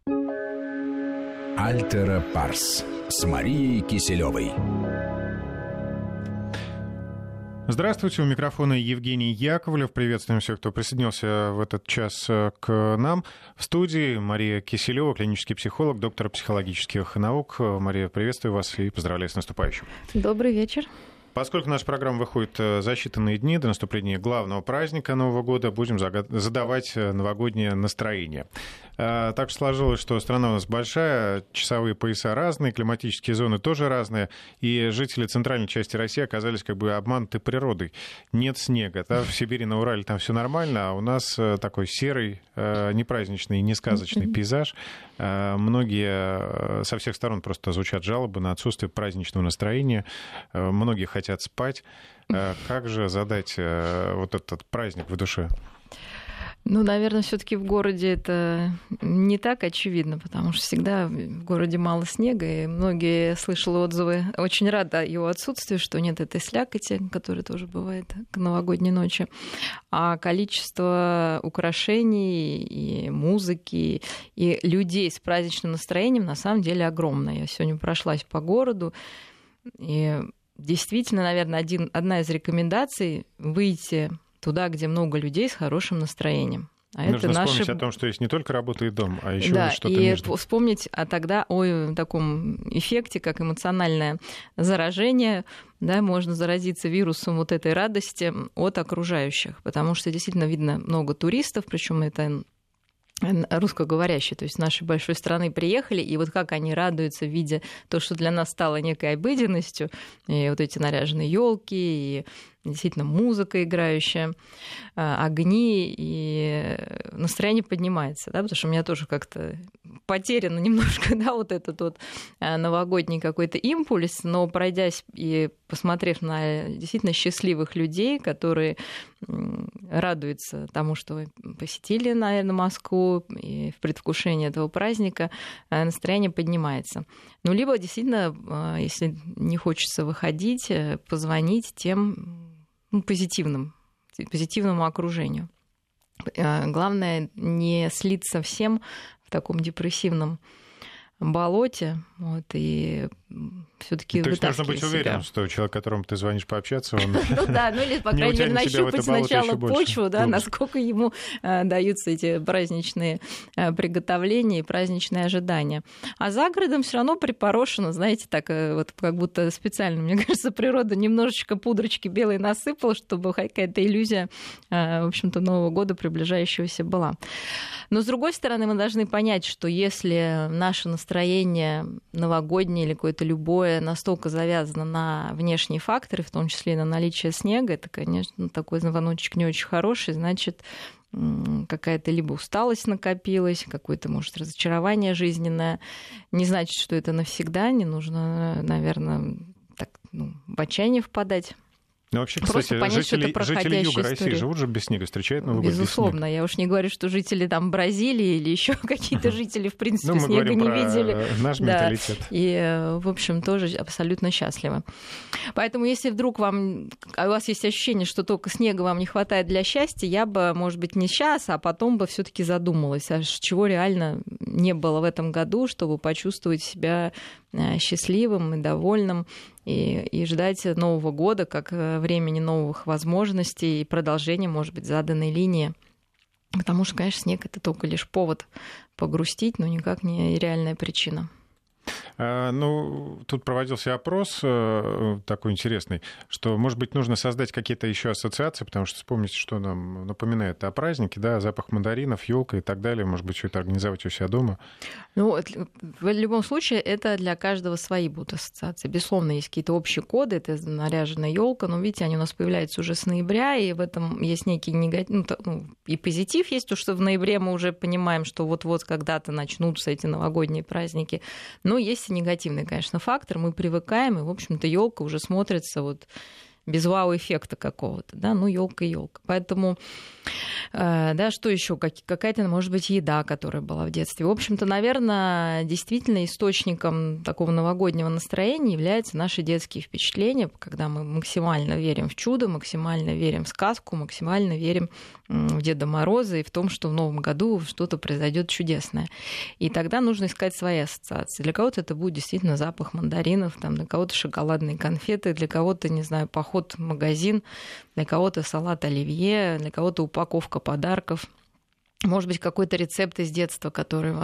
Альтера Парс с Марией Киселевой. Здравствуйте, у микрофона Евгений Яковлев. Приветствуем всех, кто присоединился в этот час к нам. В студии Мария Киселева, клинический психолог, доктор психологических наук. Мария, приветствую вас и поздравляю с наступающим. Добрый вечер. Поскольку наша программа выходит за считанные дни до наступления главного праздника Нового года, будем задавать новогоднее настроение. Так сложилось, что страна у нас большая, часовые пояса разные, климатические зоны тоже разные, и жители центральной части России оказались как бы обмануты природой. Нет снега. Да? В Сибири, на Урале там все нормально, а у нас такой серый, непраздничный, несказочный пейзаж. Многие со всех сторон просто звучат жалобы на отсутствие праздничного настроения. Многие хотят спать. Как же задать вот этот праздник в душе? Ну, наверное, все-таки в городе это не так очевидно, потому что всегда в городе мало снега, и многие слышали отзывы, очень рада его отсутствию, что нет этой слякоти, которая тоже бывает к новогодней ночи. А количество украшений и музыки, и людей с праздничным настроением на самом деле огромное. Я сегодня прошлась по городу, и действительно, наверное, одна из рекомендаций — выйти туда, где много людей с хорошим настроением. Нужно вспомнить о том, что есть не только работа и дом, а еще что-то между. И вспомнить тогда о таком эффекте, как эмоциональное заражение. Да, можно заразиться вирусом вот этой радости от окружающих, потому что действительно видно много туристов, причем это русскоговорящие, то есть с нашей большой страны приехали, и вот как они радуются, видя то, что для нас стало некой обыденностью, и вот эти наряженные елки, и действительно музыка играющая, огни, и настроение поднимается, да, потому что у меня тоже как-то потеряно немножко, да, вот этот вот новогодний какой-то импульс, но пройдясь и посмотрев на действительно счастливых людей, которые радуются тому, что вы посетили, наверное, Москву, и в предвкушении этого праздника настроение поднимается. Ну, либо действительно, если не хочется выходить, позвонить тем позитивному окружению. Главное не слиться всем в таком депрессивном болоте, вот, и все-таки то есть нужно быть уверенным, что человек, которому ты звонишь пообщаться, он ну да, ну или, по крайней мере, нащупать сначала почву, да, насколько ему даются эти праздничные приготовления и праздничные ожидания. А за городом все равно припорошено, знаете, так вот как будто специально, мне кажется, природа немножечко пудрочки белой насыпала, чтобы какая-то иллюзия, в общем-то, Нового года приближающегося была. Но, с другой стороны, мы должны понять, что если наше настроение новогоднее или какое-то любое настолько завязано на внешние факторы, в том числе и на наличие снега, это, конечно, такой звоночек не очень хороший, значит, какая-то либо усталость накопилась, какое-то, может, разочарование жизненное. Не значит, что это навсегда, не нужно, наверное, так, в отчаяние впадать. Ну, вообще, кстати, понять, жители Юга России живут же без снега, встречают Новый год без снега. Безусловно. Я уж не говорю, что жители там Бразилии или еще какие-то жители, в принципе, снега не видели. Наш менталитет. И, в общем, тоже абсолютно счастливы. Поэтому, если вдруг у вас есть ощущение, что только снега вам не хватает для счастья, я бы, может быть, не сейчас, а потом бы все-таки задумалась, а чего реально не было в этом году, чтобы почувствовать себя счастливым и довольным, и ждать Нового года как времени новых возможностей и продолжения, может быть, заданной линии. Потому что, конечно, снег — это только лишь повод погрустить, но никак не реальная причина. Ну, тут проводился опрос такой интересный, что, может быть, нужно создать какие-то еще ассоциации, потому что вспомните, что нам напоминает о празднике, да, запах мандаринов, елка и так далее, может быть, что-то организовать у себя дома. Ну, в любом случае, это для каждого свои будут ассоциации. Безусловно, есть какие-то общие коды, это наряженная елка, но, видите, они у нас появляются уже с ноября, и в этом есть некий негатив, и позитив есть, то, что в ноябре мы уже понимаем, что вот-вот когда-то начнутся эти новогодние праздники, но есть и негативный, конечно, фактор. Мы привыкаем, и, в общем-то, елка уже смотрится вот без вау-эффекта какого-то, да, ну, ёлка. Поэтому, да, что еще? Какая-то, может быть, еда, которая была в детстве. В общем-то, наверное, действительно источником такого новогоднего настроения являются наши детские впечатления, когда мы максимально верим в чудо, максимально верим в сказку, максимально верим в Деда Мороза и в том, что в Новом году что-то произойдет чудесное. И тогда нужно искать свои ассоциации. Для кого-то это будет действительно запах мандаринов, там, для кого-то шоколадные конфеты, для кого-то, не знаю, поход в магазин, для кого-то салат оливье, для кого-то упаковка подарков. Может быть, какой-то рецепт из детства, которым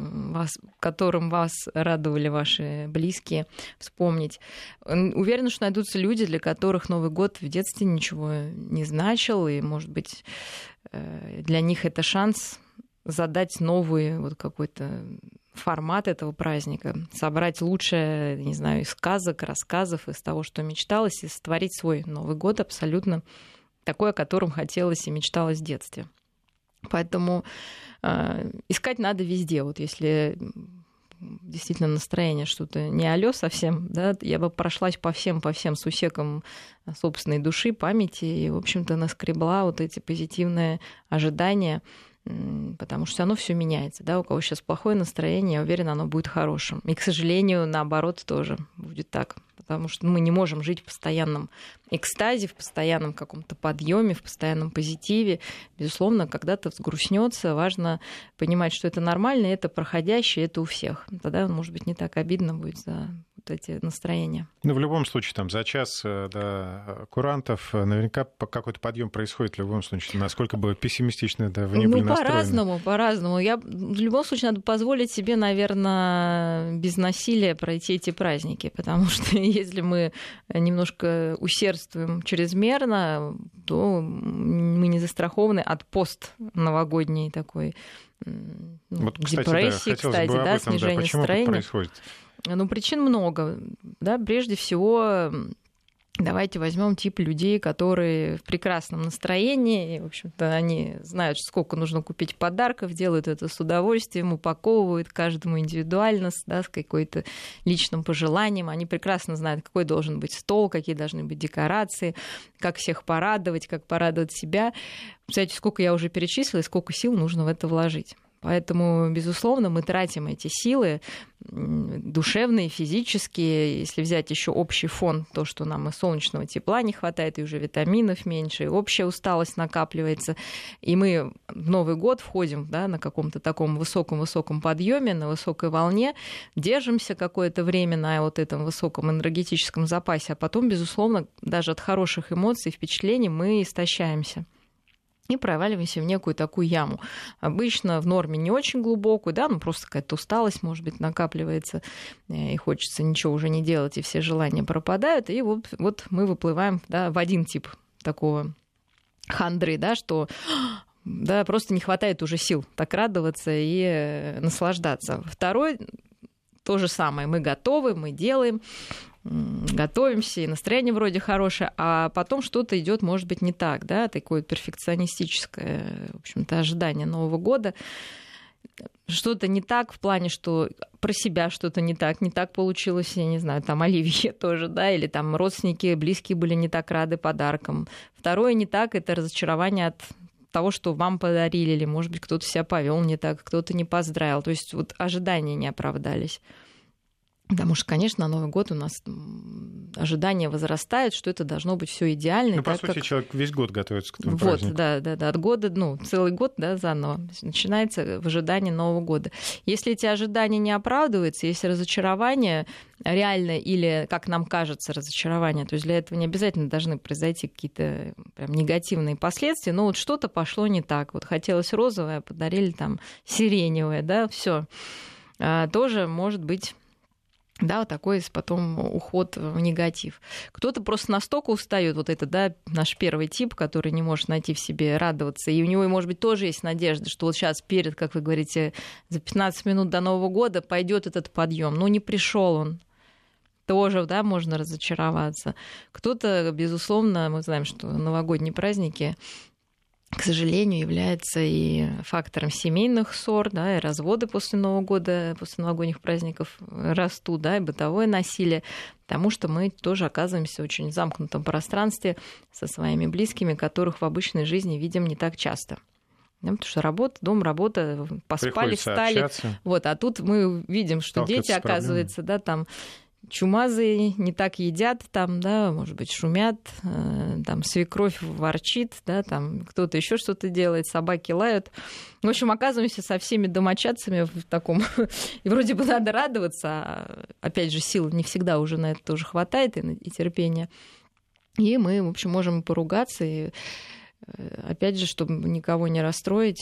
вас радовали ваши близкие, вспомнить. Уверена, что найдутся люди, для которых Новый год в детстве ничего не значил, и, может быть, для них это шанс задать новый вот какой-то формат этого праздника, собрать лучшее, не знаю, из сказок, рассказов, из того, что мечталось, и сотворить свой Новый год абсолютно такой, о котором хотелось и мечталось в детстве. Поэтому искать надо везде. Вот если действительно настроение что-то не алё совсем, да, я бы прошлась по всем сусекам собственной души, памяти и, в общем-то, наскребла вот эти позитивные ожидания, потому что оно все меняется. Да? У кого сейчас плохое настроение, я уверена, оно будет хорошим. И, к сожалению, наоборот тоже будет так. Потому что мы не можем жить в постоянном экстазе, в постоянном каком-то подъеме, в постоянном позитиве. Безусловно, когда-то взгрустнется, важно понимать, что это нормально, это проходящее, это у всех. Тогда, может быть, не так обидно будет за вот эти настроения. Ну, в любом случае, там за час до курантов наверняка какой-то подъем происходит в любом случае. Насколько бы пессимистично вы не были настроены. По-разному. В любом случае надо позволить себе, наверное, без насилия пройти эти праздники, потому что если мы немножко усердствуем чрезмерно, то мы не застрахованы от постновогодней такой депрессии, снижения настроения. Происходит? Ну, причин много. Да, прежде всего, давайте возьмем тип людей, которые в прекрасном настроении. И, в общем-то, они знают, сколько нужно купить подарков, делают это с удовольствием, упаковывают каждому индивидуально, да, с какой-то личным пожеланием. Они прекрасно знают, какой должен быть стол, какие должны быть декорации, как всех порадовать, как порадовать себя. Представляете, сколько я уже перечислила и сколько сил нужно в это вложить. Поэтому, безусловно, мы тратим эти силы душевные, физические. Если взять еще общий фон, то, что нам и солнечного тепла не хватает, и уже витаминов меньше, и общая усталость накапливается. И мы в Новый год входим, да, на каком-то таком высоком подъеме, на высокой волне, держимся какое-то время на вот этом высоком энергетическом запасе, а потом, безусловно, даже от хороших эмоций, впечатлений мы истощаемся и проваливаемся в некую такую яму. Обычно в норме не очень глубокую, да, ну просто какая-то усталость, может быть, накапливается, и хочется ничего уже не делать, и все желания пропадают, и вот мы выплываем, да, в один тип такого хандры, да, что да, просто не хватает уже сил так радоваться и наслаждаться. Второй то же самое, мы готовы, мы делаем, готовимся, и настроение вроде хорошее, а потом что-то идет, может быть, не так, да, такое перфекционистическое, в общем-то, ожидание Нового года. Что-то не так в плане, что про себя что-то не так получилось, я не знаю, там оливье тоже, да, или там родственники, близкие были не так рады подаркам. Второе не так — это разочарование от того, что вам подарили, или, может быть, кто-то себя повел не так, кто-то не поздравил. То есть вот ожидания не оправдались. Потому что, конечно, на Новый год у нас ожидания возрастают, что это должно быть все идеально. Ну, по сути, человек весь год готовится к этому празднику. Да, от года, целый год, да, заново начинается в ожидании Нового года. Если эти ожидания не оправдываются, если разочарование реально или, как нам кажется, разочарование, то есть для этого не обязательно должны произойти какие-то прям негативные последствия, но вот что-то пошло не так. Вот хотелось розовое, подарили там сиреневое, да, все. Тоже может быть... Да, вот такой потом уход в негатив. Кто-то просто настолько устает, вот это, да, наш первый тип, который не может найти в себе радоваться, и у него, может быть, тоже есть надежда, что вот сейчас перед, как вы говорите, за 15 минут до Нового года пойдет этот подъем, но не пришел он. Тоже, да, можно разочароваться. Кто-то, безусловно, мы знаем, что новогодние праздники к сожалению, является и фактором семейных ссор, да, и разводы после Нового года, после новогодних праздников растут, да, и бытовое насилие, потому что мы тоже оказываемся в очень замкнутом пространстве со своими близкими, которых в обычной жизни видим не так часто. Да, потому что работа, дом, работа, поспали, встали. Вот, а тут мы видим, что дети, оказывается, да, там чумазые, не так едят, там, да, может быть, шумят, там свекровь ворчит, да, там кто-то еще что-то делает, собаки лают. В общем, оказываемся со всеми домочадцами в таком... И вроде бы надо радоваться, а, опять же, сил не всегда уже на это тоже хватает и терпения. И мы, в общем, можем поругаться, и опять же, чтобы никого не расстроить,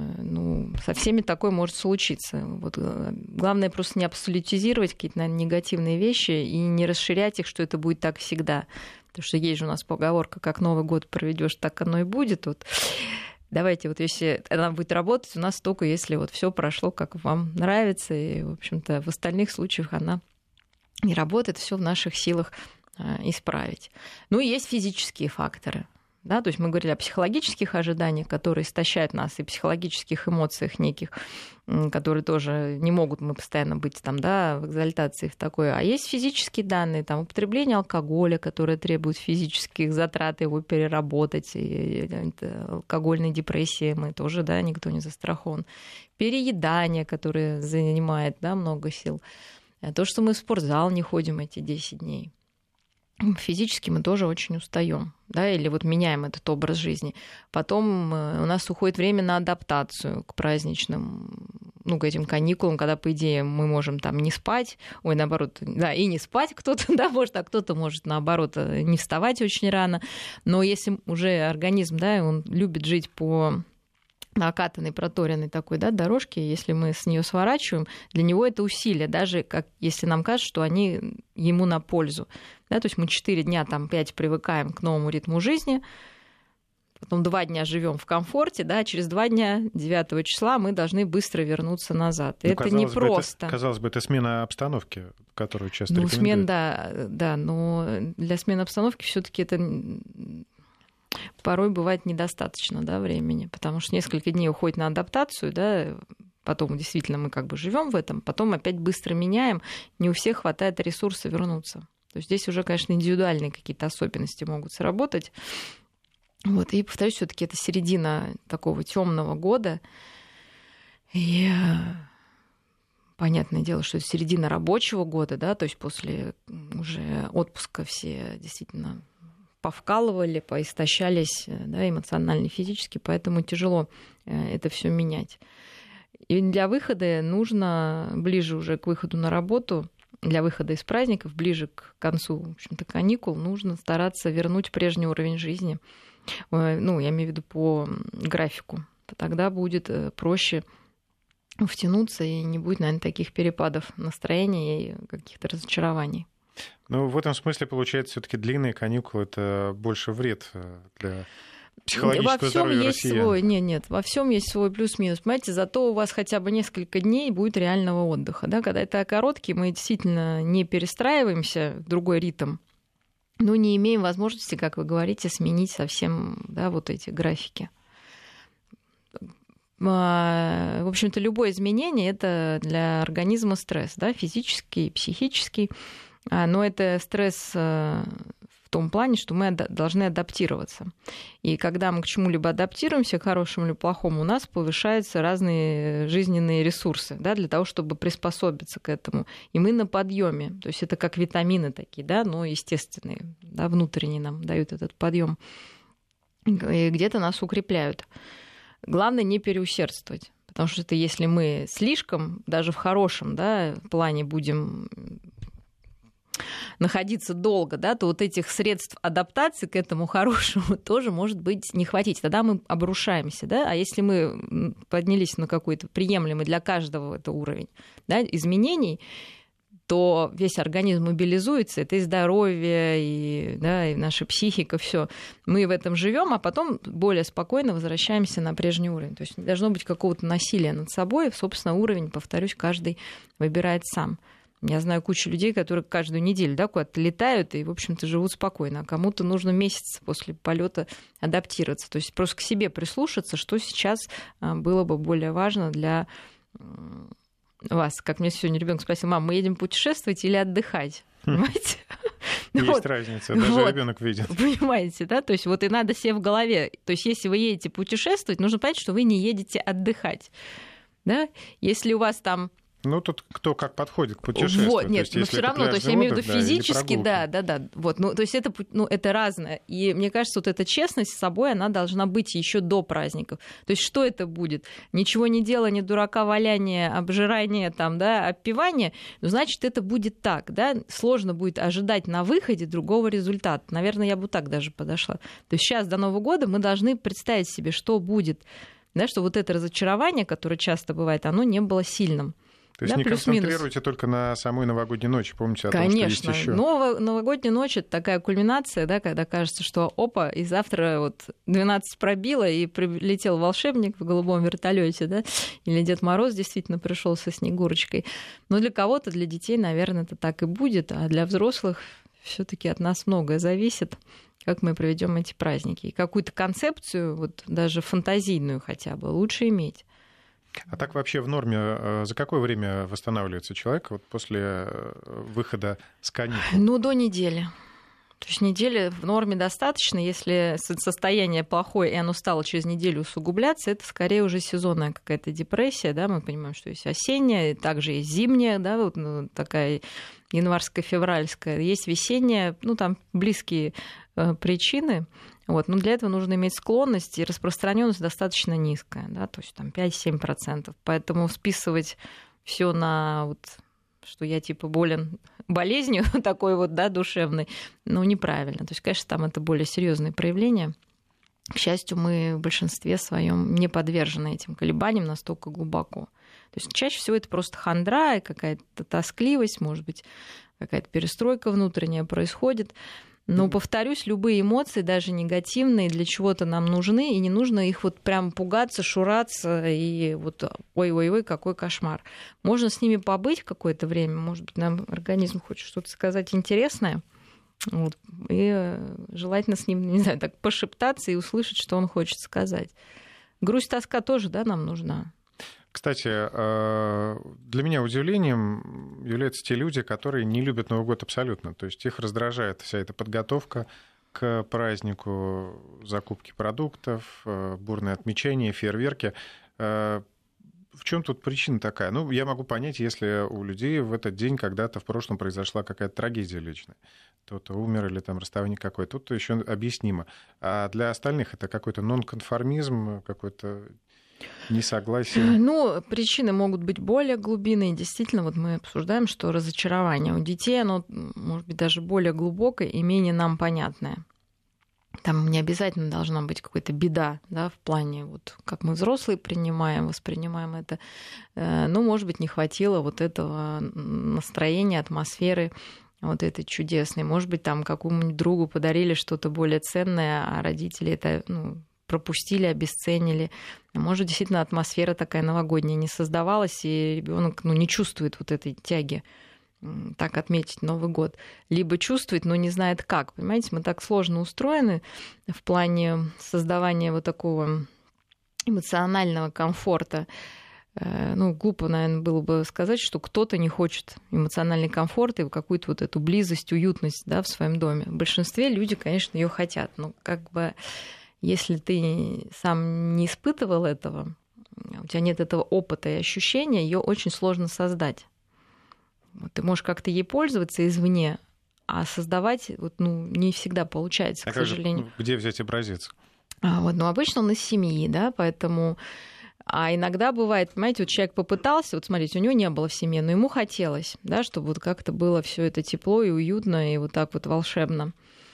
ну, со всеми такое может случиться. Вот, главное просто не абсолютизировать какие-то, наверное, негативные вещи и не расширять их, что это будет так всегда. Потому что есть же у нас поговорка, как Новый год проведешь, так оно и будет. Вот. Давайте, вот если она будет работать, у нас только если вот все прошло, как вам нравится, и, в общем-то, в остальных случаях она не работает, все в наших силах исправить. Ну и есть физические факторы. Да, то есть мы говорили о психологических ожиданиях, которые истощают нас, и психологических эмоциях неких, которые тоже не могут мы постоянно быть там, да, в экзальтации в такой. А есть физические данные, там, употребление алкоголя, которое требует физических затрат, его переработать, и алкогольной депрессии мы тоже, да, никто не застрахован. Переедание, которое занимает, да, много сил. То, что мы в спортзал не ходим эти 10 дней. Физически мы тоже очень устаем, да, или вот меняем этот образ жизни. Потом у нас уходит время на адаптацию к праздничным, ну, к этим каникулам, когда, по идее, мы можем там не спать, ой, наоборот, да, и не спать кто-то, да, может, а кто-то может, наоборот, не вставать очень рано. Но если уже организм, да, он любит жить по накатанной, проторенной такой, да, дорожки, если мы с нее сворачиваем, для него это усилие, даже как, если нам кажется, что они ему на пользу. Да, то есть мы 4 дня, там, 5 привыкаем к новому ритму жизни, потом 2 дня живем в комфорте, да, через 2 дня, 9 числа, мы должны быстро вернуться назад. Ну, это непросто. Казалось бы, это смена обстановки, которую часто рекомендуют. Да, но для смены обстановки все-таки это порой бывает недостаточно, да, времени, потому что несколько дней уходит на адаптацию, да, потом действительно мы как бы живем в этом, потом опять быстро меняем, не у всех хватает ресурса вернуться. То есть здесь уже, конечно, индивидуальные какие-то особенности могут сработать. Вот, и, повторюсь, все-таки это середина такого темного года. И понятное дело, что это середина рабочего года, да, то есть после уже отпуска все действительно повкалывали, поистощались, да, эмоционально и физически, поэтому тяжело это все менять. И для выхода нужно ближе уже к выходу на работу, для выхода из праздников, ближе к концу, в общем-то, каникул, нужно стараться вернуть прежний уровень жизни. Ну, я имею в виду по графику. Тогда будет проще втянуться и не будет, наверное, таких перепадов настроения и каких-то разочарований. Ну, в этом смысле, получается, все-таки длинные каникулы — это больше вред для психологического здоровья россиян. Нет, во всем есть свой плюс-минус. Понимаете, зато у вас хотя бы несколько дней будет реального отдыха. Да? Когда это короткий, мы действительно не перестраиваемся в другой ритм, но не имеем возможности, как вы говорите, сменить совсем, да, вот эти графики. В общем-то, любое изменение — это для организма стресс, да, физический, психический. Но это стресс в том плане, что мы должны адаптироваться. И когда мы к чему-либо адаптируемся, к хорошему или плохому, у нас повышаются разные жизненные ресурсы, да, для того, чтобы приспособиться к этому. И мы на подъеме. То есть это как витамины такие, да, но естественные, да, внутренние нам дают этот подъем. И где-то нас укрепляют. Главное не переусердствовать. Потому что это если мы слишком, даже в хорошем, да, плане будем находиться долго, да, то вот этих средств адаптации к этому хорошему тоже может быть не хватить. Тогда мы обрушаемся, да, а если мы поднялись на какой-то приемлемый для каждого это уровень, да, изменений, то весь организм мобилизуется, это и здоровье, и, да, и наша психика, все. Мы в этом живем, а потом более спокойно возвращаемся на прежний уровень. То есть не должно быть какого-то насилия над собой. Собственно, уровень, повторюсь, каждый выбирает сам. Я знаю кучу людей, которые каждую неделю, да, куда-то летают и, в общем-то, живут спокойно. А кому-то нужно месяц после полета адаптироваться. То есть просто к себе прислушаться, что сейчас было бы более важно для вас. Как мне сегодня ребенок спросил: мам, мы едем путешествовать или отдыхать? Понимаете? Есть разница, даже ребенок видит. Понимаете, да? То есть вот и надо себе в голове. То есть если вы едете путешествовать, нужно понять, что вы не едете отдыхать. Да? Если у вас там... Ну, тут кто как подходит к путешествию. Вот, нет, но все равно, то есть я имею в виду физически, да. Вот, ну, то есть это, это разное. И мне кажется, вот эта честность с собой, она должна быть еще до праздников. То есть что это будет? Ничего не делание, дурака валяние, обжирание, там, да, оппивание, ну, значит, это будет так, да. Сложно будет ожидать на выходе другого результата. Наверное, я бы так даже подошла. То есть сейчас до Нового года мы должны представить себе, что будет, да, что вот это разочарование, которое часто бывает, оно не было сильным. То есть не концентрируйте только на самой новогодней ночи, помните о том, что есть еще. Новогодняя ночь — это такая кульминация, да, когда кажется, что опа, и завтра вот 12 пробило, и прилетел волшебник в голубом вертолете, да, или Дед Мороз действительно пришел со Снегурочкой. Но для кого-то, для детей, наверное, это так и будет, а для взрослых все-таки от нас многое зависит, как мы проведем эти праздники. И какую-то концепцию, вот даже фантазийную хотя бы, лучше иметь. А так вообще в норме за какое время восстанавливается человек вот после выхода с каникул? Ну, до недели. То есть недели в норме достаточно. Если состояние плохое, и оно стало через неделю усугубляться, это скорее уже сезонная какая-то депрессия. Да? Мы понимаем, что есть осенняя, также есть зимняя, да, вот, такая январско-февральская, есть весенняя, ну, там близкие причины. Вот. Но для этого нужно иметь склонность, и распространенность достаточно низкая, да, то есть там 5-7%. Поэтому списывать все на вот, что я типа болен болезнью такой вот, да, душевной, ну, неправильно. То есть, конечно, там это более серьезные проявления. К счастью, мы в большинстве своем не подвержены этим колебаниям настолько глубоко. То есть чаще всего это просто хандра и какая-то тоскливость, может быть, какая-то перестройка внутренняя происходит. Но, повторюсь, любые эмоции, даже негативные, для чего-то нам нужны, и не нужно их вот прям пугаться, шураться, и вот ой-ой-ой, какой кошмар. Можно с ними побыть какое-то время, может быть, нам организм хочет что-то сказать интересное, вот, и желательно с ним, не знаю, так пошептаться и услышать, что он хочет сказать. Грусть, тоска тоже, да, нам нужна. Кстати, для меня удивлением являются те люди, которые не любят Новый год абсолютно. То есть их раздражает вся эта подготовка к празднику, закупки продуктов, бурные отмечания, фейерверки. В чем тут причина такая? Ну, я могу понять, если у людей в этот день когда-то в прошлом произошла какая-то трагедия личная. Кто-то умер или там расставание какое-то. Тут еще объяснимо. А для остальных это какой-то нонконформизм, какой-то... несогласие? Ну, причины могут быть более глубинные. Действительно, вот мы обсуждаем, что разочарование у детей, оно может быть даже более глубокое и менее нам понятное. Там не обязательно должна быть какая-то беда, да, в плане, вот, как мы взрослые воспринимаем это. Ну, может быть, не хватило вот этого настроения, атмосферы вот этой чудесной. Может быть, там какому-нибудь другу подарили что-то более ценное, а родители это, ну, пропустили, обесценили. Может, действительно, атмосфера такая новогодняя не создавалась, и ребенок, ну, не чувствует вот этой тяги так отметить Новый год. Либо чувствует, но не знает как. Понимаете, мы так сложно устроены в плане создавания вот такого эмоционального комфорта. Ну, глупо, наверное, было бы сказать, что кто-то не хочет эмоциональный комфорт и какую-то вот эту близость, уютность, да, в своем доме. В большинстве люди, конечно, ее хотят, но как бы если ты сам не испытывал этого, у тебя нет этого опыта и ощущения, ее очень сложно создать. Ты можешь как-то ей пользоваться извне, а создавать вот, ну, не всегда получается, к сожалению. Где взять образец? Ну, обычно он из семьи, да, поэтому... А иногда бывает, понимаете, вот человек попытался, вот смотрите, у него не было в семье, но ему хотелось, да, чтобы вот как-то было все это тепло и уютно, и вот так вот волшебно.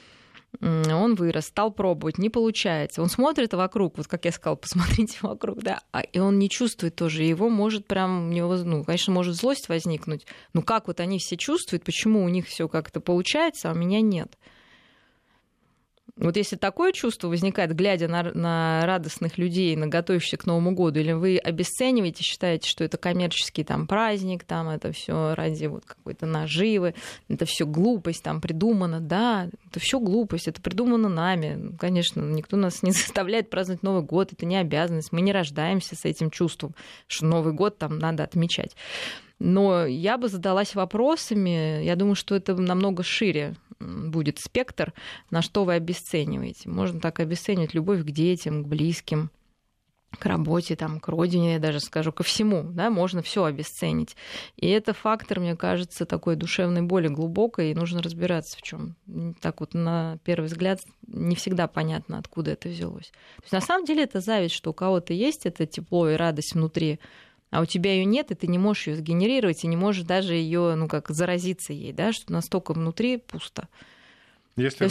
Он вырос, стал пробовать, не получается. Он смотрит вокруг, вот как я сказала, посмотрите вокруг, да, и он не чувствует тоже. Его может прям, у него, ну, конечно, может злость возникнуть. Ну как вот они все чувствуют, почему у них все как-то получается, а у меня нет? Вот если такое чувство возникает, глядя на радостных людей, на готовящихся к Новому году, или вы обесцениваете, считаете, что это коммерческий там праздник, там это все ради вот какой-то наживы, это все глупость, там придумано, да, это все глупость, это придумано нами. Конечно, никто нас не заставляет праздновать Новый год, это не обязанность, мы не рождаемся с этим чувством, что Новый год там надо отмечать. Но я бы задалась вопросами, я думаю, что это намного шире будет спектр, на что вы обесцениваете. Можно так обесценивать любовь к детям, к близким, к работе, там, к родине, я даже скажу, ко всему. Да, можно все обесценить. И это фактор, мне кажется, такой душевной боли глубокой, и нужно разбираться в чем. Так вот, на первый взгляд, не всегда понятно, откуда это взялось. То есть, на самом деле это зависть, что у кого-то есть это тепло и радость внутри, а у тебя ее нет, и ты не можешь ее сгенерировать, и не можешь даже ее, ну, как заразиться ей, да, что настолько внутри пусто. Если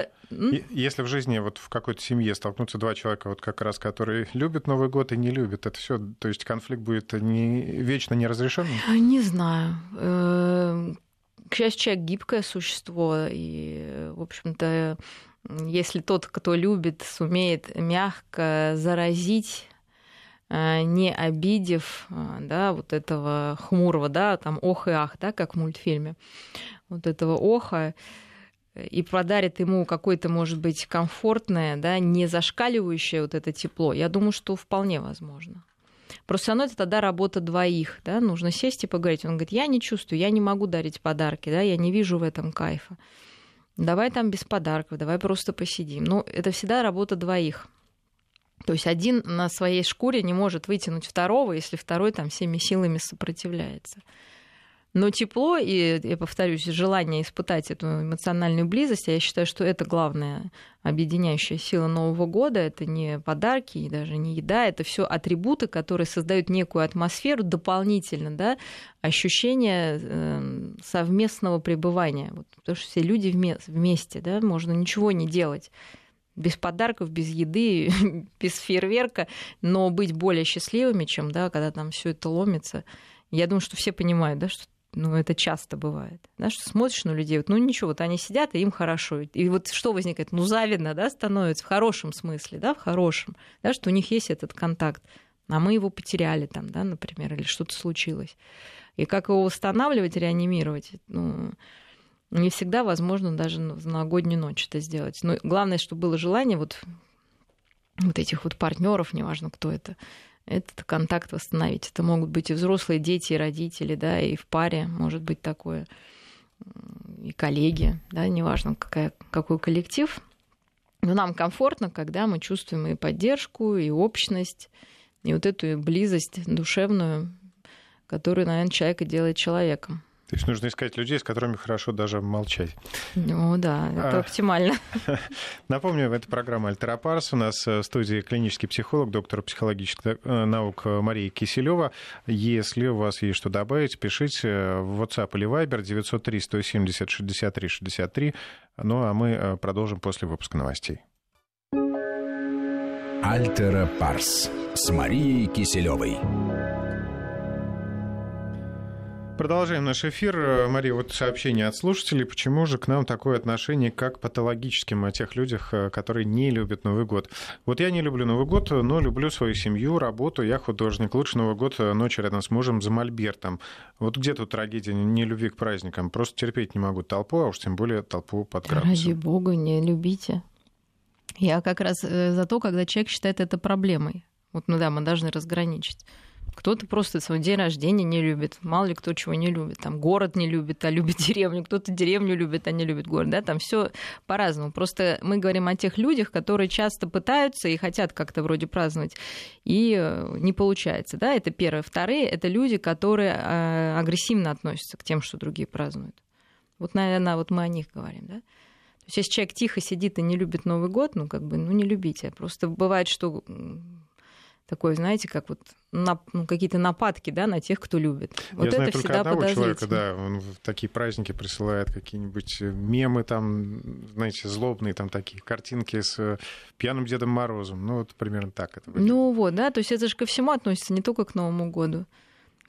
в жизни вот в какой-то семье столкнутся два человека, вот как раз, которые любят Новый год и не любят, это все, то есть конфликт будет вечно неразрешенным? Не знаю. К счастью, человек гибкое существо, и, в общем-то, если тот, кто любит, сумеет мягко заразить, не обидев, да, вот этого хмурого, да, там ох и ах, да, как в мультфильме, вот этого оха, и подарит ему какое-то, может быть, комфортное, да, не зашкаливающее вот это тепло, я думаю, что вполне возможно. Просто все равно это тогда работа двоих, да, нужно сесть и поговорить. Он говорит, я не чувствую, я не могу дарить подарки, да, я не вижу в этом кайфа. Давай там без подарков, давай просто посидим. Ну, это всегда работа двоих. То есть один на своей шкуре не может вытянуть второго, если второй там всеми силами сопротивляется. Но тепло и, я повторюсь, желание испытать эту эмоциональную близость, я считаю, что это главная объединяющая сила Нового года. Это не подарки и даже не еда, это все атрибуты, которые создают некую атмосферу дополнительно, да, ощущение совместного пребывания. Вот, потому что все люди вместе, да, можно ничего не делать. Без подарков, без еды, без фейерверка, но быть более счастливыми, чем, да, когда там все это ломится. Я думаю, что все понимают, да, что это часто бывает, да, что смотришь на людей, вот, ну ничего, вот они сидят, и им хорошо. И вот что возникает? Завидно, да, становится в хорошем смысле, да, в хорошем, да, что у них есть этот контакт, а мы его потеряли там, да, например, или что-то случилось. И как его восстанавливать, реанимировать, не всегда возможно даже в новогоднюю ночь это сделать. Но главное, чтобы было желание вот этих вот партнеров, неважно, кто это, этот контакт восстановить. Это могут быть и взрослые, дети, и родители, да, и в паре может быть такое, и коллеги, да, неважно, какой коллектив. Но нам комфортно, когда мы чувствуем и поддержку, и общность, и вот эту близость душевную, которую, наверное, человека делает человеком. То есть нужно искать людей, с которыми хорошо даже молчать. Ну да, это оптимально. Напомню, это программа «Альтера Парс». У нас в студии клинический психолог, доктор психологических наук Мария Киселева. Если у вас есть что добавить, пишите в WhatsApp или Viber 903-170-63-63. Ну а мы продолжим после выпуска новостей. «Альтера Парс» с Марией Киселевой. Продолжаем наш эфир. Мария, вот сообщение от слушателей. Почему же к нам такое отношение, как к патологическим, о тех людях, которые не любят Новый год? Вот я не люблю Новый год, но люблю свою семью, работу. Я художник. Лучше Новый год ночью рядом с мужем за мольбертом. Вот где тут трагедия нелюбви к праздникам? Просто терпеть не могу толпу, а уж тем более толпу под градусом. Ради бога, не любите. Я как раз за то, когда человек считает это проблемой. Вот, ну да, мы должны разграничить. Кто-то просто свой день рождения не любит. Мало ли кто чего не любит. Там город не любит, а любит деревню. Кто-то деревню любит, а не любит город. Да? Там все по-разному. Просто мы говорим о тех людях, которые часто пытаются и хотят как-то вроде праздновать, и не получается. Да? Это первое. Вторые — это люди, которые агрессивно относятся к тем, что другие празднуют. Вот, наверное, вот мы о них говорим. Да? То есть, если человек тихо сидит и не любит Новый год, не любите. Просто бывает, что такое, знаете, как вот какие-то нападки, да, на тех, кто любит. Вот я это знаю всегда только одного подозрительно. человека, да, он в такие праздники присылает какие-нибудь мемы там, знаете, злобные там такие картинки с пьяным Дедом Морозом. Ну, вот примерно так это выглядит. Ну вот, да, то есть это же ко всему относится, не только к Новому году.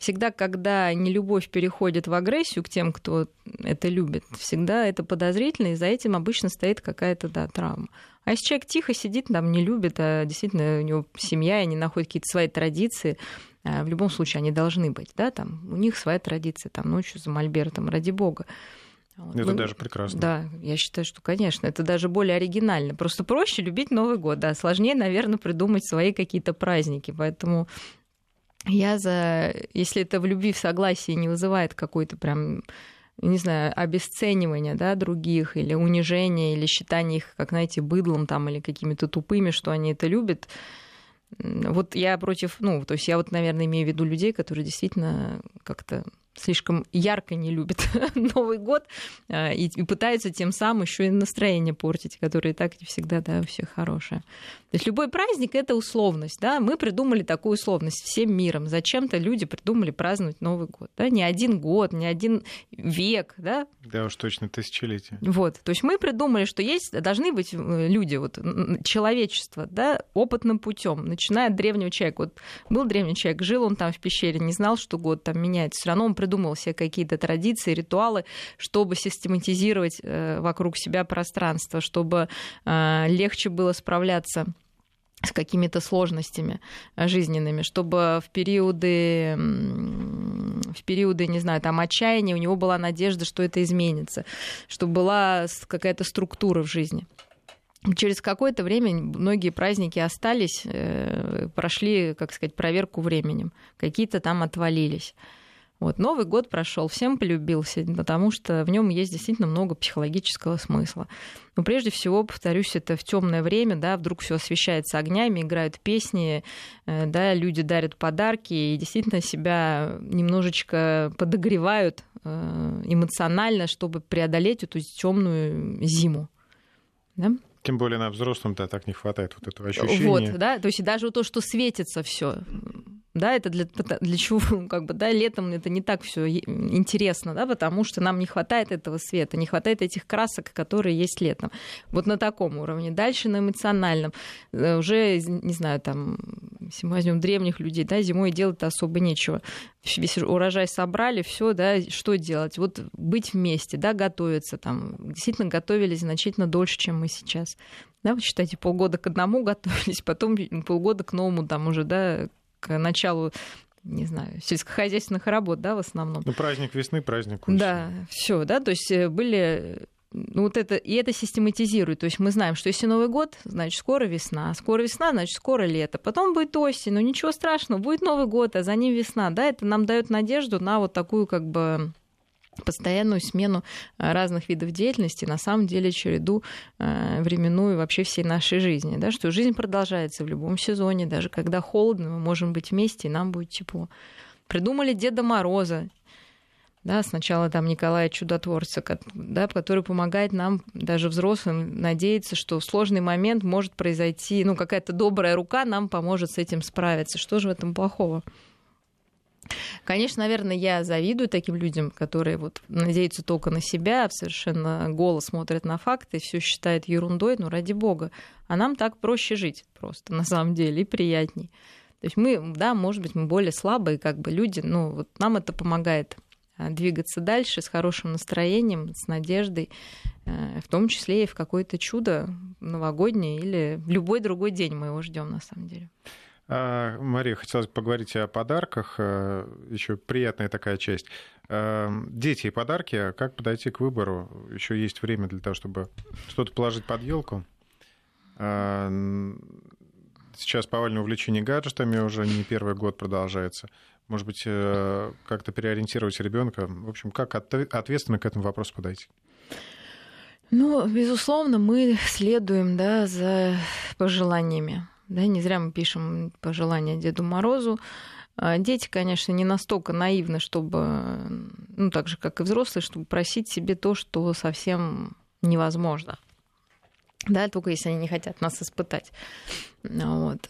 всегда, когда нелюбовь переходит в агрессию к тем, кто это любит, всегда это подозрительно, и за этим обычно стоит какая-то, да, травма. А если человек тихо сидит, там, не любит, а действительно у него семья, и они находят какие-то свои традиции, в любом случае они должны быть, да, там, у них своя традиция, там, ночью за мольбертом, ради бога. Вот. Это даже прекрасно. Да, я считаю, что, конечно, это даже более оригинально. Просто проще любить Новый год, да, сложнее, наверное, придумать свои какие-то праздники. Поэтому я если это в любви, в согласии не вызывает какой-то прям, не знаю, обесценивания, да, других, или унижения, или считания их, как, знаете, быдлом там, или какими-то тупыми, что они это любят. Вот я против, то есть я вот, наверное, имею в виду людей, которые действительно как-то слишком ярко не любят Новый год и пытаются тем самым еще и настроение портить, которое и так не всегда, да, у всех хорошее. То есть любой праздник — это условность, да, мы придумали такую условность всем миром. Зачем-то люди придумали праздновать Новый год, да, не один год, не один век, да. Да уж точно, тысячелетие. Вот, то есть мы придумали, что должны быть люди, вот, человечество, да, опытным путем, начиная от древнего человека. Вот был древний человек, жил он там в пещере, не знал, что год там меняется, все равно он придумал себе какие-то традиции, ритуалы, чтобы систематизировать вокруг себя пространство, чтобы легче было справляться с какими-то сложностями жизненными, чтобы в периоды, не знаю, там, отчаяния у него была надежда, что это изменится, чтобы была какая-то структура в жизни. Через какое-то время многие праздники остались, прошли, как сказать, проверку временем, какие-то там отвалились. Вот. Новый год прошел, всем полюбился, потому что в нем есть действительно много психологического смысла. Но прежде всего, повторюсь, это в темное время, да, вдруг все освещается огнями, играют песни, да, люди дарят подарки и действительно себя немножечко подогревают эмоционально, чтобы преодолеть эту темную зиму. Да? Тем более на взрослом-то так не хватает вот этого ощущения. Вот, да, то есть даже то, что светится все. Да, это для чего, как бы, да, летом это не так все интересно, да, потому что нам не хватает этого света, не хватает этих красок, которые есть летом. Вот на таком уровне. Дальше на эмоциональном. Уже, не знаю, там, если мы возьмем древних людей, да, зимой делать-то особо нечего. Весь урожай собрали, все, да, что делать? Вот быть вместе, да, готовиться там. Действительно готовились значительно дольше, чем мы сейчас. Да, вот считайте, полгода к одному готовились, потом полгода к новому, там уже, да, к началу, не знаю, сельскохозяйственных работ, да, в основном. Ну, праздник весны, праздник осени. Да, все, да, то есть были... вот это, и это систематизирует. То есть мы знаем, что если Новый год, значит, скоро весна, значит, скоро лето. Потом будет осень, но ничего страшного, будет Новый год, а за ним весна. Да, это нам дает надежду на вот такую как бы постоянную смену разных видов деятельности, на самом деле череду временную вообще всей нашей жизни, да, что жизнь продолжается в любом сезоне, даже когда холодно, мы можем быть вместе, и нам будет тепло. Придумали Деда Мороза, да, сначала там Николая Чудотворца, да, который помогает нам, даже взрослым, надеяться, что в сложный момент может произойти, какая-то добрая рука нам поможет с этим справиться. Что же в этом плохого? Конечно, наверное, я завидую таким людям, которые вот надеются только на себя, совершенно голо смотрят на факты, все считают ерундой, ради бога. А нам так проще жить просто, на самом деле, и приятней. То есть мы, да, может быть, мы более слабые как бы люди, но вот нам это помогает двигаться дальше с хорошим настроением, с надеждой, в том числе и в какое-то чудо новогоднее или в любой другой день мы его ждем на самом деле. Мария, хотелось поговорить о подарках. Еще приятная такая часть. Дети и подарки. Как подойти к выбору? Еще есть время для того, чтобы что-то положить под елку. Сейчас повальное увлечение гаджетами уже не первый год продолжается. Может быть, как-то переориентировать ребенка. В общем, как ответственно к этому вопросу подойти? Безусловно, мы следуем, да, за пожеланиями. Да, не зря мы пишем пожелания Деду Морозу. Дети, конечно, не настолько наивны, чтобы, так же, как и взрослые, чтобы просить себе то, что совсем невозможно. Да, только если они не хотят нас испытать. Вот.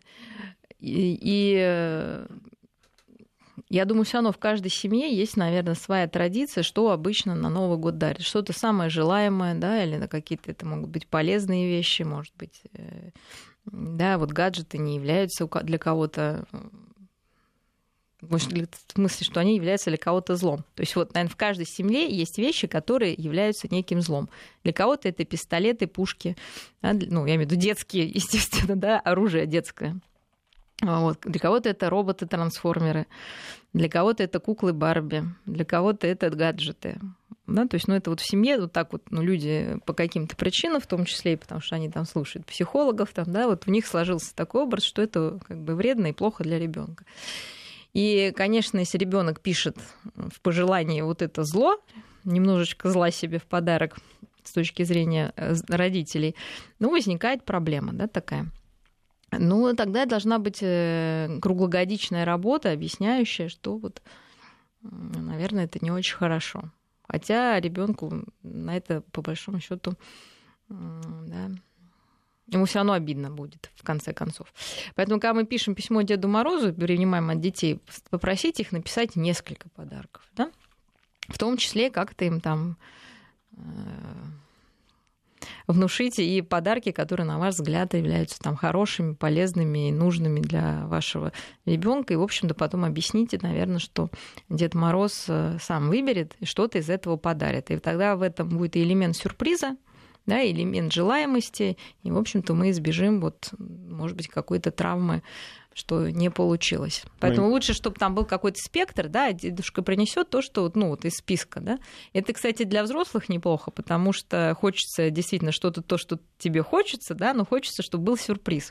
И я думаю, все равно в каждой семье есть, наверное, своя традиция, что обычно на Новый год дарят. Что-то самое желаемое, да, или на какие-то это могут быть полезные вещи, может быть, да, вот гаджеты не являются для кого-то в смысле, что они являются для кого-то злом. То есть вот, наверное, в каждой семье есть вещи, которые являются неким злом. Для кого-то это пистолеты, пушки, да, ну, я имею в виду детские, естественно, да, оружие детское. Вот. Для кого-то это роботы-трансформеры, для кого-то это куклы Барби, для кого-то это гаджеты. Да, то есть, ну, это вот в семье вот так вот, ну, люди по каким-то причинам, в том числе и потому, что они там слушают психологов, там, да, вот у них сложился такой образ, что это как бы вредно и плохо для ребенка. И, конечно, если ребенок пишет в пожелании вот это зло, немножечко зла себе в подарок с точки зрения родителей, ну, возникает проблема, да, такая. Ну, тогда должна быть круглогодичная работа, объясняющая, что вот, наверное, это не очень хорошо. Хотя ребенку на это, по большому счету, да, ему все равно обидно будет, в конце концов. Поэтому, когда мы пишем письмо Деду Морозу, принимаем от детей, попросите их написать несколько подарков, да? В том числе как-то им там внушите и подарки, которые, на ваш взгляд, являются там хорошими, полезными и нужными для вашего ребенка. И, в общем-то, потом объясните, наверное, что Дед Мороз сам выберет и что-то из этого подарит. И тогда в этом будет и элемент сюрприза, да, элемент желаемости, и, в общем-то, мы избежим, вот, может быть, какой-то травмы, что не получилось. Поэтому лучше, чтобы там был какой-то спектр, да, дедушка принесет то, что ну, вот из списка. Да. Это, кстати, для взрослых неплохо, потому что хочется действительно что-то, то, что тебе хочется, да, но хочется, чтобы был сюрприз.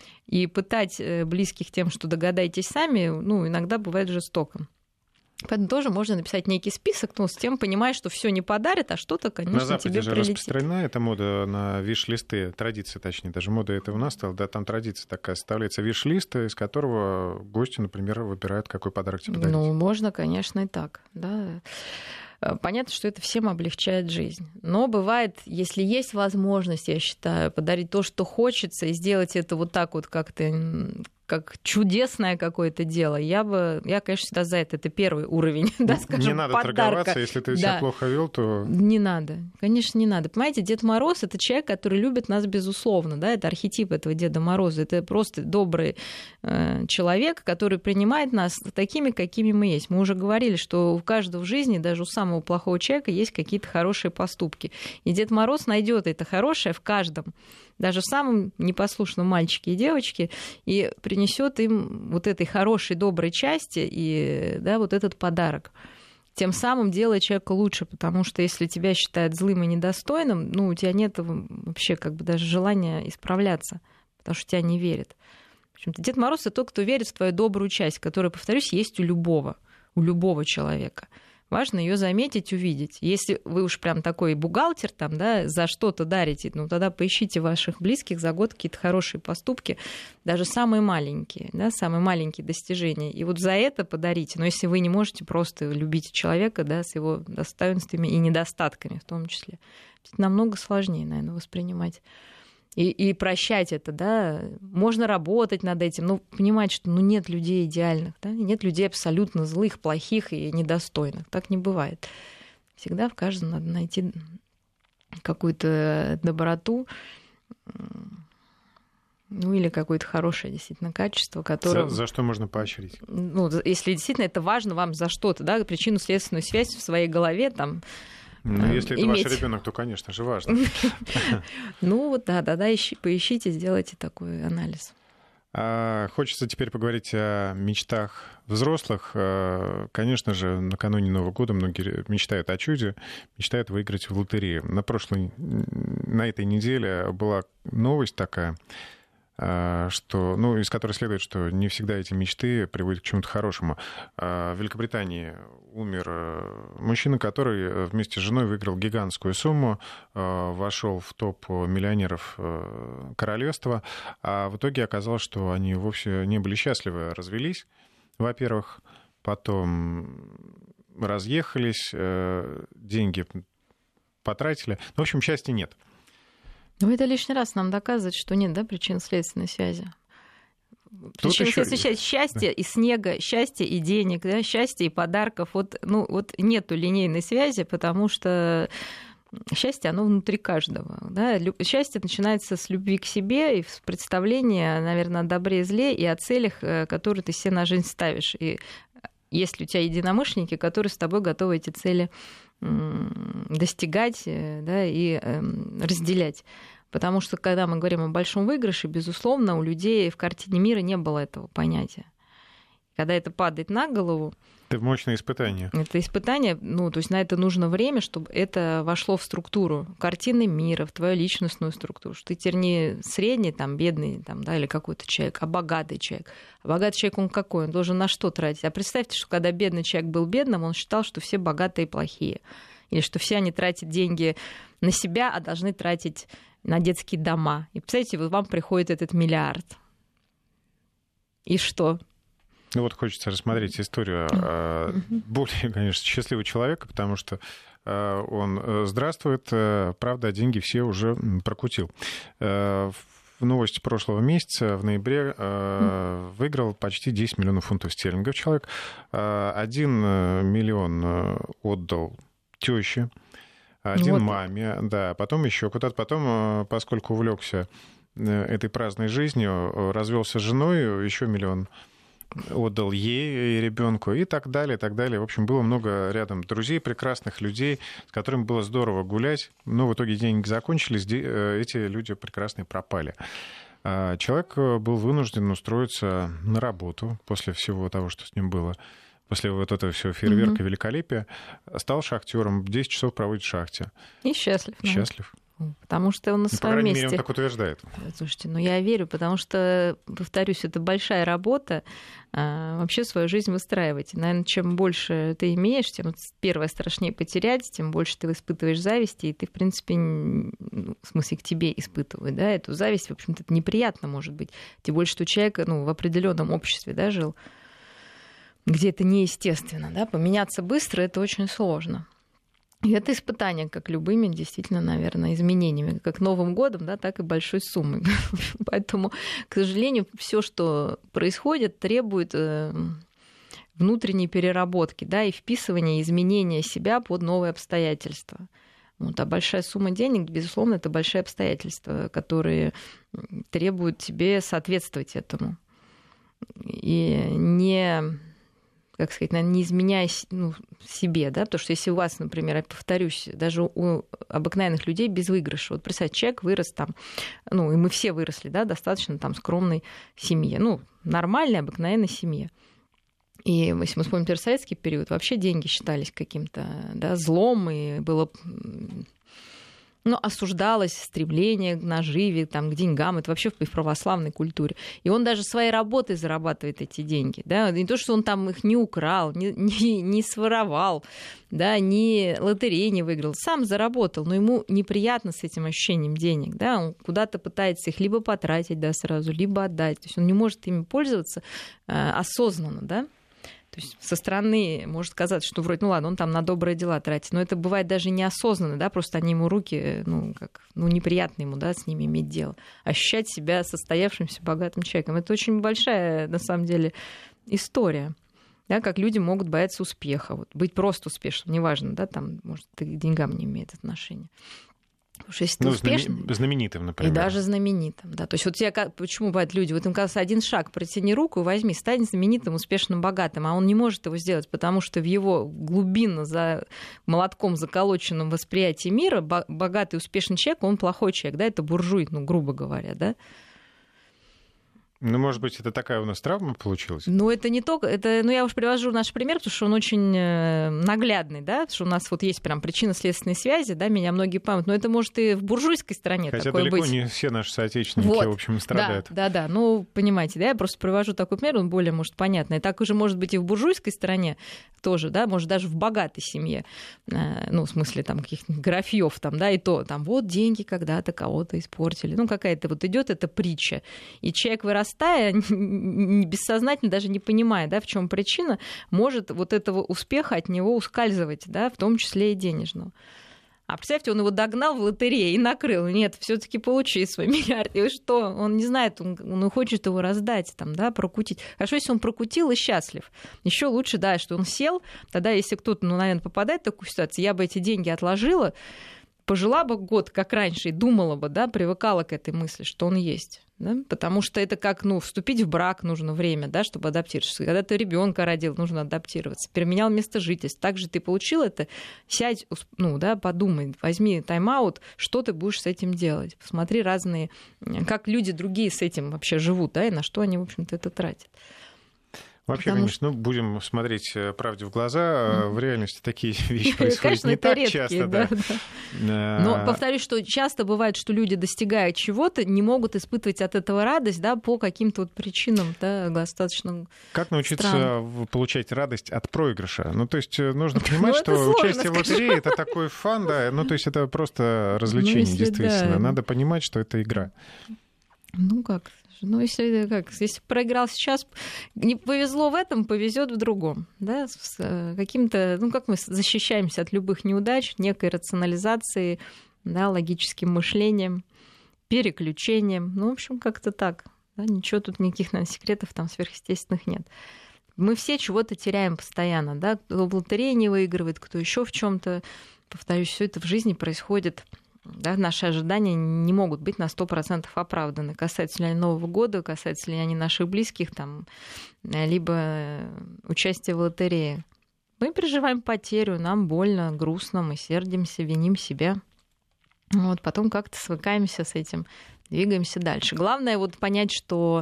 И пытать близких тем, что догадайтесь сами, ну, иногда бывает жестоко. Поэтому тоже можно написать некий список, но с тем понимаешь, что все не подарит, а что-то, конечно, на Западе тебе же прилетит. распространена эта мода на виш-листы, традиция, точнее, даже мода это у нас стала, да, там традиция такая, составляется виш-лист, из которого гости, например, выбирают, какой подарок тебе подарить. Ну, можно, конечно, и так, да. Понятно, что это всем облегчает жизнь. Но бывает, если есть возможность, я считаю, подарить то, что хочется, и сделать это вот так вот как-то, как чудесное какое-то дело, я, конечно, всегда за это. Это первый уровень, да, скажем, не надо подарка. торговаться, если ты себя плохо вел, то... Не надо, конечно, не надо. Понимаете, Дед Мороз — это человек, который любит нас безусловно, да, это архетип этого Деда Мороза, это просто добрый человек, который принимает нас такими, какими мы есть. Мы уже говорили, что у каждого в жизни, даже у самого плохого человека, есть какие-то хорошие поступки. И Дед Мороз найдет это хорошее в каждом, даже в самом непослушном мальчике и девочке, и принесет им вот этой хорошей, доброй части и, да, вот этот подарок. Тем самым делая человека лучше, потому что если тебя считают злым и недостойным, ну, у тебя нет вообще как бы даже желания исправляться, потому что тебя не верят. В общем-то, Дед Мороз — это тот, кто верит в твою добрую часть, которая, повторюсь, есть у любого человека. Важно ее заметить, увидеть. Если вы уж прям такой бухгалтер, там, да, за что-то дарите, ну, тогда поищите ваших близких за год какие-то хорошие поступки, даже самые маленькие, да, самые маленькие достижения. И вот за это подарите. Но если вы не можете просто любить человека, да, с его достоинствами и недостатками в том числе, это намного сложнее, наверное, воспринимать. И прощать это, да, можно работать над этим, но понимать, что нет людей идеальных, да, нет людей абсолютно злых, плохих и недостойных. Так не бывает. Всегда в каждом надо найти какую-то доброту, ну или какое-то хорошее действительно качество, которое... За что можно поощрить? Ну, если действительно это важно вам за что-то, да, причинно-следственную связь в своей голове, там... Ну, если это ваш ребенок, то, конечно же, важно. Ну, вот да, поищите, сделайте такой анализ. Хочется теперь поговорить о мечтах взрослых. Конечно же, накануне Нового года многие мечтают о чуде, мечтают выиграть в лотерею. На этой неделе была новость такая, что, ну, из которой следует, что не всегда эти мечты приводят к чему-то хорошему. В Великобритании умер мужчина, который вместе с женой выиграл гигантскую сумму, вошел в топ миллионеров королевства, а в итоге оказалось, что они вовсе не были счастливы, развелись, во-первых, потом разъехались, деньги потратили. В общем, счастья нет. Ну, это лишний раз нам доказывает, что нет, да, причинно-следственной связи. Причинно-следственной связи счастья и снега, счастья и денег, да, счастья и подарков. Вот нету линейной связи, потому что счастье, оно внутри каждого. Да? Счастье начинается с любви к себе и с представления, наверное, о добре и зле и о целях, которые ты себе на жизнь ставишь. И есть ли у тебя единомышленники, которые с тобой готовы эти цели достигать, да, и разделять. Потому что, когда мы говорим о большом выигрыше, безусловно, у людей в картине мира не было этого понятия. Когда это падает на голову... Это мощное испытание. Это испытание, то есть на это нужно время, чтобы это вошло в структуру картины мира, в твою личностную структуру. Что ты теперь не средний, бедный, да, или какой-то человек, а богатый человек. А богатый человек, он какой? Он должен на что тратить? А представьте, что когда бедный человек был бедным, он считал, что все богатые и плохие. Или что все они тратят деньги на себя, а должны тратить на детские дома. И представьте, вот вам приходит этот миллиард. И что? Хочется рассмотреть историю более, конечно, счастливого человека, потому что он здравствует, правда, деньги все уже прокутил. В новости прошлого месяца, в ноябре, выиграл почти 10 миллионов фунтов стерлингов человек. 1 миллион отдал тёще, 1 маме, да, потом еще куда-то. Потом, поскольку увлекся этой праздной жизнью, развелся с женой, еще 1 миллион отдал ей и ребенку, и так далее, и так далее. В общем, было много рядом друзей, прекрасных людей, с которыми было здорово гулять, но в итоге деньги закончились, эти люди прекрасные пропали. Человек был вынужден устроиться на работу после всего того, что с ним было, после вот этого всего фейерверка, великолепия, стал шахтером, 10 часов проводит в шахте. И счастлив. Счастлив. Потому что он на своем месте. По крайней мере, он так утверждает. Слушайте, я верю, потому что, повторюсь, это большая работа вообще свою жизнь выстраивать. И, наверное, чем больше ты имеешь, тем первое страшнее потерять, тем больше ты испытываешь зависти, и ты, в принципе, в смысле, к тебе испытывают, да, эту зависть, в общем-то, это неприятно может быть. Тем больше, что человек, в определенном обществе, да, жил, где это неестественно, да, поменяться быстро — это очень сложно. И это испытание, как любыми, действительно, наверное, изменениями, как Новым годом, да, так и большой суммой. Поэтому, к сожалению, все, что происходит, требует внутренней переработки, да, и вписывания, изменения себя под новые обстоятельства. А большая сумма денег, безусловно, это большие обстоятельства, которые требуют тебе соответствовать этому. И не изменяя себе, да, потому что если у вас, например, я повторюсь, даже у обыкновенных людей без выигрыша, вот представьте, человек вырос и мы все выросли, да, достаточно скромной семье, нормальной, обыкновенной семье. И если мы вспомним советский период, вообще деньги считались каким-то, да, злом, и было... осуждалось стремление к наживе, к деньгам, это вообще в православной культуре. И он даже своей работой зарабатывает эти деньги. Да? Не то, что он их не украл, не своровал, да, ни лотереи не выиграл, сам заработал, но ему неприятно с этим ощущением денег. Да? Он куда-то пытается их либо потратить, да, сразу, либо отдать. То есть он не может ими пользоваться осознанно, да? То есть со стороны может казаться, что вроде, ладно, он на добрые дела тратит, но это бывает даже неосознанно, да, просто они ему руки, неприятно ему, да, с ними иметь дело. Ощущать себя состоявшимся богатым человеком. Это очень большая, на самом деле, история. Да, как люди могут бояться успеха, быть просто успешным, неважно, да, может, это к деньгам не имеет отношения. Потому что если ты успешный, знаменитым, например. И даже знаменитым, да. То есть почему бывают люди, им кажется, один шаг, протяни руку и возьми, стань знаменитым, успешным, богатым, а он не может его сделать, потому что в его глубинно за молотком заколоченном восприятии мира богатый, успешный человек, он плохой человек, да, это буржуй, грубо говоря, да. Может быть, это такая у нас травма получилась? Это не только... я уж привожу наш пример, потому что он очень наглядный, да, что у нас есть прям причинно-следственные связи, да, меня многие поймут, но это может и в буржуйской стране хотя такое быть. Хотя далеко не все наши соотечественники, в общем, страдают. Да, понимаете, да, я просто привожу такой пример, он более, может, понятный. И так уже может быть и в буржуйской стране тоже, да, может, даже в богатой семье, в смысле, каких-то графьёв, да, и то, деньги когда-то кого-то испортили. Какая-то идет эта притча, и человек, вырастая, бессознательно, даже не понимая, да, в чем причина, может этого успеха от него ускальзывать, да, в том числе и денежного. А представьте, он его догнал в лотерее и накрыл. Нет, все-таки получи свой миллиард. И что? Он не знает, он хочет его раздать, да, прокутить. Хорошо, если он прокутил и счастлив. Еще лучше, да, что он сел. Тогда, если кто-то, наверное, попадает в такую ситуацию, я бы эти деньги отложила, пожила бы год, как раньше, и думала бы, да, привыкала к этой мысли, что он есть. Да? Потому что это как, вступить в брак нужно время, да, чтобы адаптироваться. Когда ты ребенка родил, нужно адаптироваться. Переменял место жительства. Также ты получил это, сядь, подумай, возьми тайм-аут, что ты будешь с этим делать. Посмотри разные, как люди другие с этим вообще живут, да, и на что они, в общем-то, это тратят. Вообще, конечно, будем смотреть правде в глаза. В реальности такие вещи происходят не так часто. Да. Но повторюсь, что часто бывает, что люди, достигая чего-то, не могут испытывать от этого радость, да, по каким-то причинам, да, достаточно Как научиться странным. получать радость от проигрыша? То есть нужно понимать, что участие в лотерее — это такой фан, да, то есть это просто развлечение, действительно. Да. Надо понимать, что это игра. Если проиграл сейчас, не повезло в этом, повезет в другом. Да? С каким-то, как мы защищаемся от любых неудач, некой рационализацией, да, логическим мышлением, переключением. В общем, как-то так. Да? Ничего тут, никаких, наверное, секретов там сверхъестественных нет. Мы все чего-то теряем постоянно. Да? Кто в лотерее не выигрывает, кто еще в чем-то. Повторюсь, все это в жизни происходит. Да, наши ожидания не могут быть на 100% оправданы. Касаются ли они Нового года, касаются ли они наших близких, либо участия в лотерее. Мы переживаем потерю, нам больно, грустно, мы сердимся, виним себя. Потом как-то свыкаемся с этим, двигаемся дальше. Главное понять, что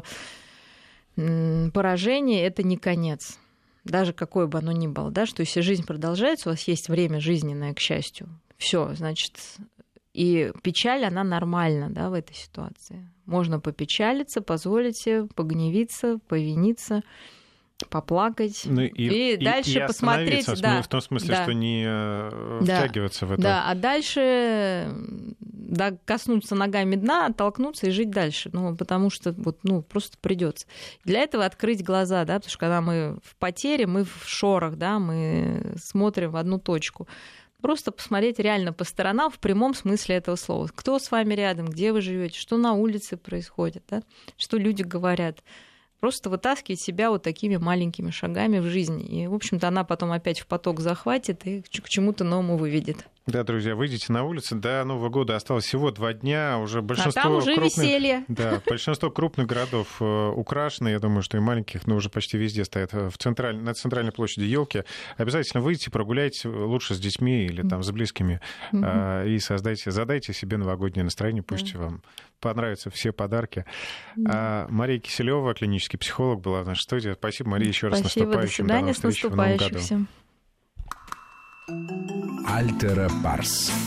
поражение — это не конец. Даже какое бы оно ни было, да, что если жизнь продолжается, у вас есть время жизненное, к счастью, все, значит... И печаль, она нормальна, да, в этой ситуации. Можно попечалиться, позволить себе погневиться, повиниться, поплакать. И дальше посмотреть. В том смысле, что не втягиваться в это. Да, а дальше коснуться ногами дна, оттолкнуться и жить дальше. Потому что просто придется. Для этого открыть глаза, да, потому что когда мы в потере, мы в шорах, да, мы смотрим в одну точку. Просто посмотреть реально по сторонам в прямом смысле этого слова. Кто с вами рядом, где вы живете, что на улице происходит, да? Что люди говорят. Просто вытаскивать себя такими маленькими шагами в жизни. И, в общем-то, она потом опять в поток захватит и к чему-то новому выведет. Да, друзья, выйдите на улицу. До Нового года осталось всего 2 дня. Уже большинство там уже веселье. Да, большинство крупных городов украшены. Я думаю, что и маленьких, но уже почти везде стоят на центральной площади елки. Обязательно выйдите, прогуляйте, лучше с детьми или с близкими. И задайте себе новогоднее настроение. Пусть вам понравятся все подарки. Мария Киселева, клинический психолог, была в нашей студии. Спасибо, Мария, еще раз. Спасибо, с наступающим. До свидания, с наступающим всем. Альтера Парс.